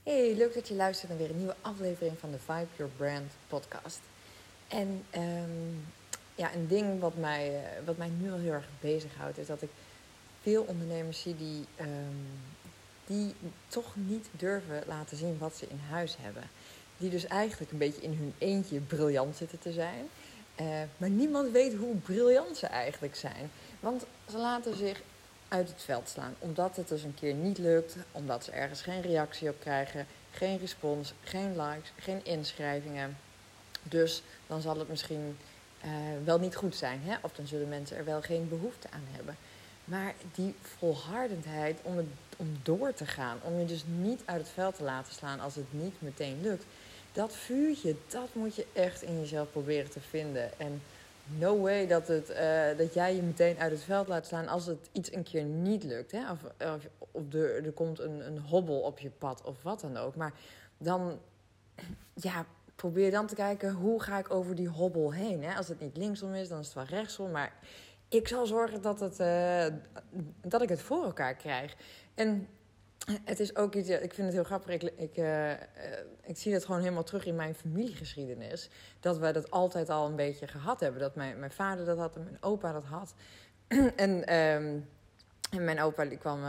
Hey, leuk dat je luistert naar weer een nieuwe aflevering van de Vibe Your Brand podcast. En een ding wat mij nu al heel erg bezighoudt, is dat ik veel ondernemers zie die toch niet durven laten zien wat ze in huis hebben. Die dus eigenlijk een beetje in hun eentje briljant zitten te zijn. Maar niemand weet hoe briljant ze eigenlijk zijn. Want ze laten zich uit het veld slaan. Omdat het dus een keer niet lukt. Omdat ze ergens geen reactie op krijgen. Geen respons, geen likes, geen inschrijvingen. Dus dan zal het misschien wel niet goed zijn. Hè? Of dan zullen mensen er wel geen behoefte aan hebben. Maar die volhardendheid om door te gaan. Om je dus niet uit het veld te laten slaan als het niet meteen lukt. Dat vuurtje, dat moet je echt in jezelf proberen te vinden. En no way dat jij je meteen uit het veld laat slaan als het iets een keer niet lukt. Hè? Of er komt een hobbel op je pad of wat dan ook. Maar dan, probeer dan te kijken, hoe ga ik over die hobbel heen? Hè? Als het niet linksom is, dan is het wel rechtsom. Maar ik zal zorgen dat ik het voor elkaar krijg. En het is ook iets, ik vind het heel grappig. Ik zie dat gewoon helemaal terug in mijn familiegeschiedenis. Dat wij dat altijd al een beetje gehad hebben. Dat mijn vader dat had en mijn opa dat had. En mijn opa die kwam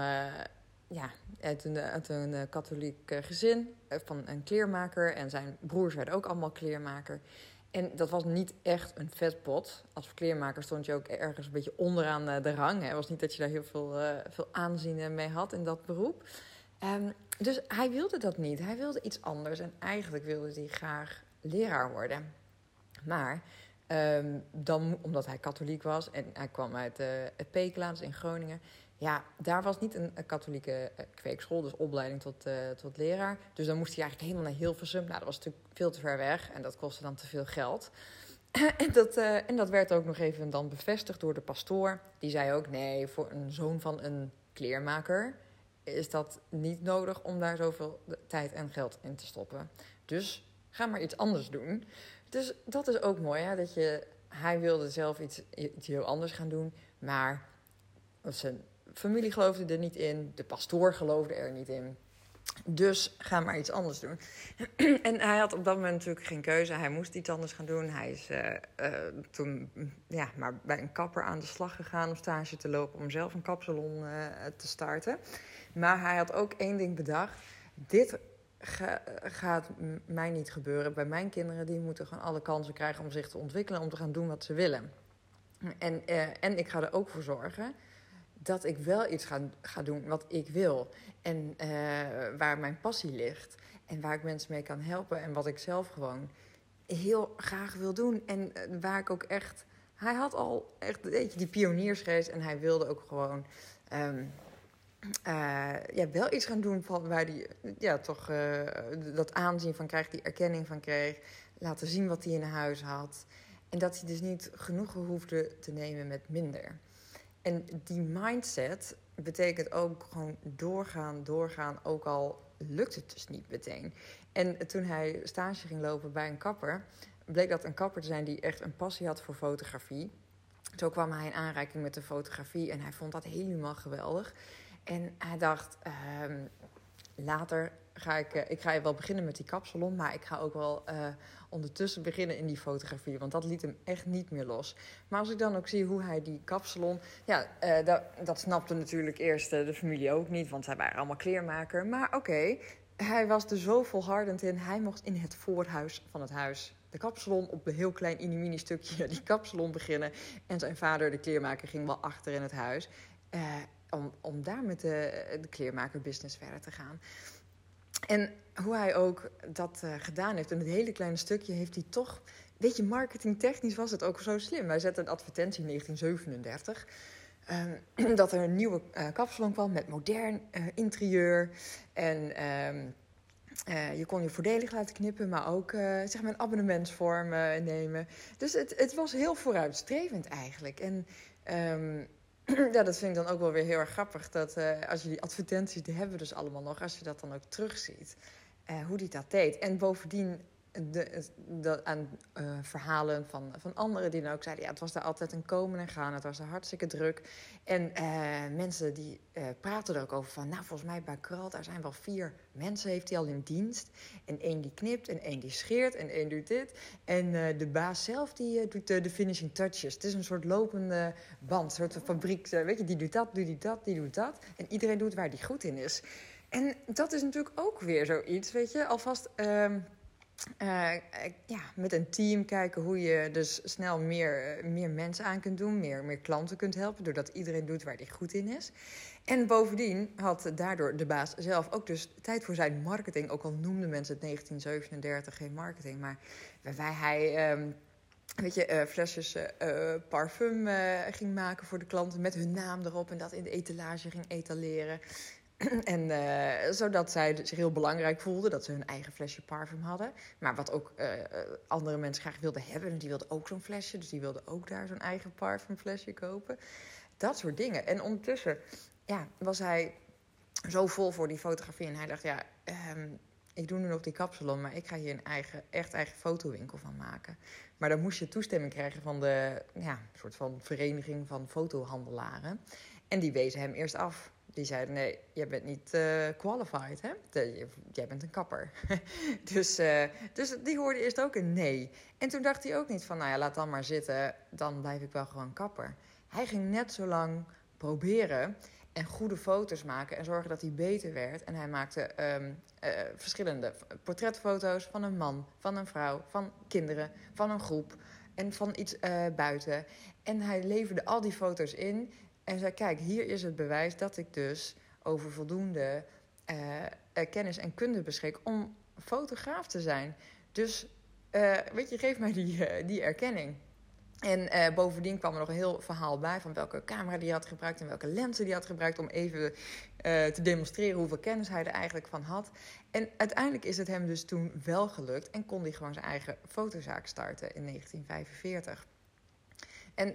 uit een katholiek gezin van een kleermaker. En zijn broers werden ook allemaal kleermaker. En dat was niet echt een vetpot. Als kleermaker stond je ook ergens een beetje onderaan de rang. Het was niet dat je daar heel veel aanzien mee had in dat beroep. Dus hij wilde dat niet. Hij wilde iets anders. En eigenlijk wilde hij graag leraar worden. Maar dan, omdat hij katholiek was en hij kwam uit Pekela, dus in Groningen. Ja, daar was niet een katholieke kweekschool, dus opleiding tot leraar. Dus dan moest hij eigenlijk helemaal naar Hilversum. Nou, dat was natuurlijk veel te ver weg en dat kostte dan te veel geld. En dat werd ook nog even dan bevestigd door de pastoor. Die zei ook, nee, voor een zoon van een kleermaker is dat niet nodig om daar zoveel tijd en geld in te stoppen. Dus ga maar iets anders doen. Dus dat is ook mooi, hè? Hij wilde zelf iets heel anders gaan doen, maar zijn familie geloofde er niet in, de pastoor geloofde er niet in. Dus ga maar iets anders doen. En hij had op dat moment natuurlijk geen keuze. Hij moest iets anders gaan doen. Hij is toen maar bij een kapper aan de slag gegaan om stage te lopen, om zelf een kapsalon te starten. Maar hij had ook één ding bedacht. Dit gaat mij niet gebeuren. Bij mijn kinderen, die moeten gewoon alle kansen krijgen om zich te ontwikkelen, om te gaan doen wat ze willen. En ik ga er ook voor zorgen dat ik wel iets ga doen wat ik wil. En waar mijn passie ligt. En waar ik mensen mee kan helpen. En wat ik zelf gewoon heel graag wil doen. En waar ik ook echt... Hij had al echt die pioniersgeest. En hij wilde ook gewoon wel iets gaan doen van waar hij toch dat aanzien van kreeg, die erkenning van kreeg. Laten zien wat hij in huis had. En dat hij dus niet genoegen hoefde te nemen met minder. En die mindset betekent ook gewoon doorgaan, ook al lukt het dus niet meteen. En toen hij stage ging lopen bij een kapper, bleek dat een kapper te zijn die echt een passie had voor fotografie. Zo kwam hij in aanraking met de fotografie en hij vond dat helemaal geweldig. En hij dacht, later ga ik ga wel beginnen met die kapsalon, maar ik ga ook wel ondertussen beginnen in die fotografie. Want dat liet hem echt niet meer los. Maar als ik dan ook zie hoe hij die kapsalon... dat snapte natuurlijk eerst de familie ook niet, want zij waren allemaal kleermaker. Maar oké, hij was er zo volhardend in. Hij mocht in het voorhuis van het huis de kapsalon op een heel klein mini stukje die kapsalon beginnen. En zijn vader, de kleermaker, ging wel achter in het huis. Om daar met de kleermakerbusiness verder te gaan. En hoe hij ook dat gedaan heeft. En het hele kleine stukje heeft hij toch... Weet je, marketingtechnisch was het ook zo slim. Hij zette een advertentie in 1937... dat er een nieuwe kapsalon kwam met modern interieur. En je kon je voordelig laten knippen, maar ook een abonnementsvorm nemen. Dus het was heel vooruitstrevend eigenlijk. En dat vind ik dan ook wel weer heel erg grappig. Dat als je die advertenties, die hebben we dus allemaal nog. Als je dat dan ook terugziet, hoe die dat deed. En bovendien aan verhalen van anderen die dan ook zeiden... ja, het was daar altijd een komen en gaan, het was daar hartstikke druk. En mensen die praten er ook over van... nou, volgens mij bij Kral, daar zijn wel 4 mensen, heeft hij al in dienst. En 1 die knipt, en 1 die scheert, en 1 doet dit. En de baas zelf, die doet de finishing touches. Het is een soort lopende band, een soort fabriek. Weet je, die doet dat, die doet dat. En iedereen doet waar die goed in is. En dat is natuurlijk ook weer zoiets, weet je. Alvast... met een team kijken hoe je dus snel meer mensen aan kunt doen. Meer klanten kunt helpen. Doordat iedereen doet waar hij goed in is. En bovendien had daardoor de baas zelf ook dus tijd voor zijn marketing. Ook al noemden mensen het 1937 geen marketing. Maar waarbij hij... flesjes parfum ging maken voor de klanten met hun naam erop. En dat in de etalage ging etaleren. En zodat zij zich heel belangrijk voelden dat ze hun eigen flesje parfum hadden. Maar wat ook andere mensen graag wilden hebben. En die wilden ook zo'n flesje. Dus die wilden ook daar zo'n eigen parfumflesje kopen. Dat soort dingen. En ondertussen was hij zo vol voor die fotografie. En hij dacht, ik doe nu nog die kapsalon, maar ik ga hier een echt eigen fotowinkel van maken. Maar dan moest je toestemming krijgen van de soort van vereniging van fotohandelaren. En die wezen hem eerst af. Die zeiden, nee, jij bent niet qualified, hè? Jij bent een kapper. Dus die hoorde eerst ook een nee. En toen dacht hij ook niet van, laat dan maar zitten. Dan blijf ik wel gewoon kapper. Hij ging net zo lang proberen en goede foto's maken en zorgen dat hij beter werd. En hij maakte verschillende portretfoto's van een man, van een vrouw, van kinderen, van een groep en van iets buiten. En hij leverde al die foto's in en zei, kijk, hier is het bewijs dat ik dus over voldoende kennis en kunde beschik om fotograaf te zijn. Dus, geef mij die erkenning. En bovendien kwam er nog een heel verhaal bij van welke camera die had gebruikt en welke lenzen die had gebruikt om even te demonstreren hoeveel kennis hij er eigenlijk van had. En uiteindelijk is het hem dus toen wel gelukt en kon hij gewoon zijn eigen fotozaak starten in 1945. En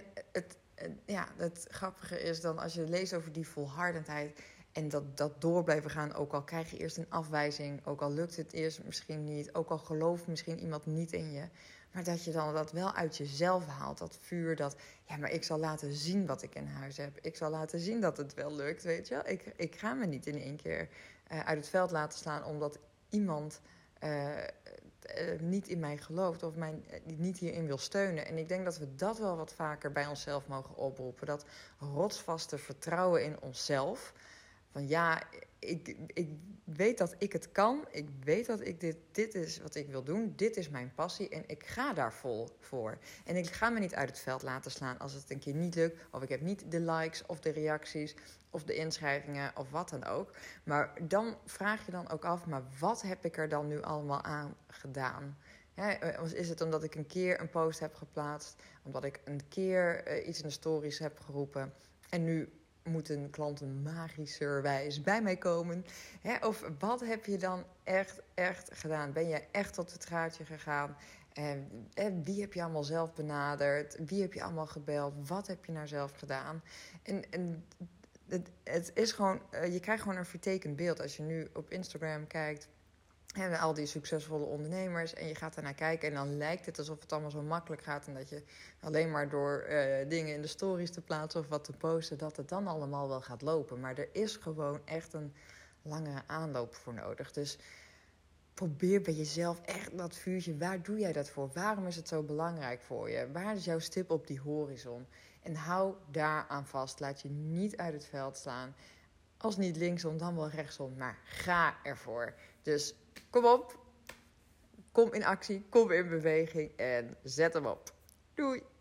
het grappige is dan als je leest over die volhardendheid en dat door blijven gaan, ook al krijg je eerst een afwijzing, ook al lukt het eerst misschien niet, ook al gelooft misschien iemand niet in je, maar dat je dan dat wel uit jezelf haalt, dat vuur, maar ik zal laten zien wat ik in huis heb. Ik zal laten zien dat het wel lukt, weet je wel. Ik ga me niet in één keer uit het veld laten slaan omdat iemand niet in mij gelooft of mij niet hierin wil steunen. En ik denk dat we dat wel wat vaker bij onszelf mogen oproepen. Dat rotsvaste vertrouwen in onszelf. Van ik weet dat ik het kan. Ik weet dat ik dit is wat ik wil doen. Dit is mijn passie en ik ga daar vol voor. En ik ga me niet uit het veld laten slaan als het een keer niet lukt. Of ik heb niet de likes of de reacties of de inschrijvingen of wat dan ook. Maar dan vraag je dan ook af, maar wat heb ik er dan nu allemaal aan gedaan? Is het omdat ik een keer een post heb geplaatst? Omdat ik een keer iets in de stories heb geroepen? En nu moeten klanten magischerwijs bij mij komen? Of wat heb je dan echt gedaan? Ben je echt tot het gaatje gegaan? Wie heb je allemaal zelf benaderd? Wie heb je allemaal gebeld? Wat heb je nou zelf gedaan? En het is gewoon, je krijgt gewoon een vertekend beeld. Als je nu op Instagram kijkt en al die succesvolle ondernemers en je gaat ernaar kijken en dan lijkt het alsof het allemaal zo makkelijk gaat en dat je alleen maar door dingen in de stories te plaatsen of wat te posten, dat het dan allemaal wel gaat lopen. Maar er is gewoon echt een langere aanloop voor nodig. Dus probeer bij jezelf echt dat vuurtje. Waar doe jij dat voor? Waarom is het zo belangrijk voor je? Waar is jouw stip op die horizon? En hou daaraan vast. Laat je niet uit het veld slaan. Als niet linksom, dan wel rechtsom. Maar ga ervoor. Dus kom op. Kom in actie. Kom in beweging. En zet hem op. Doei.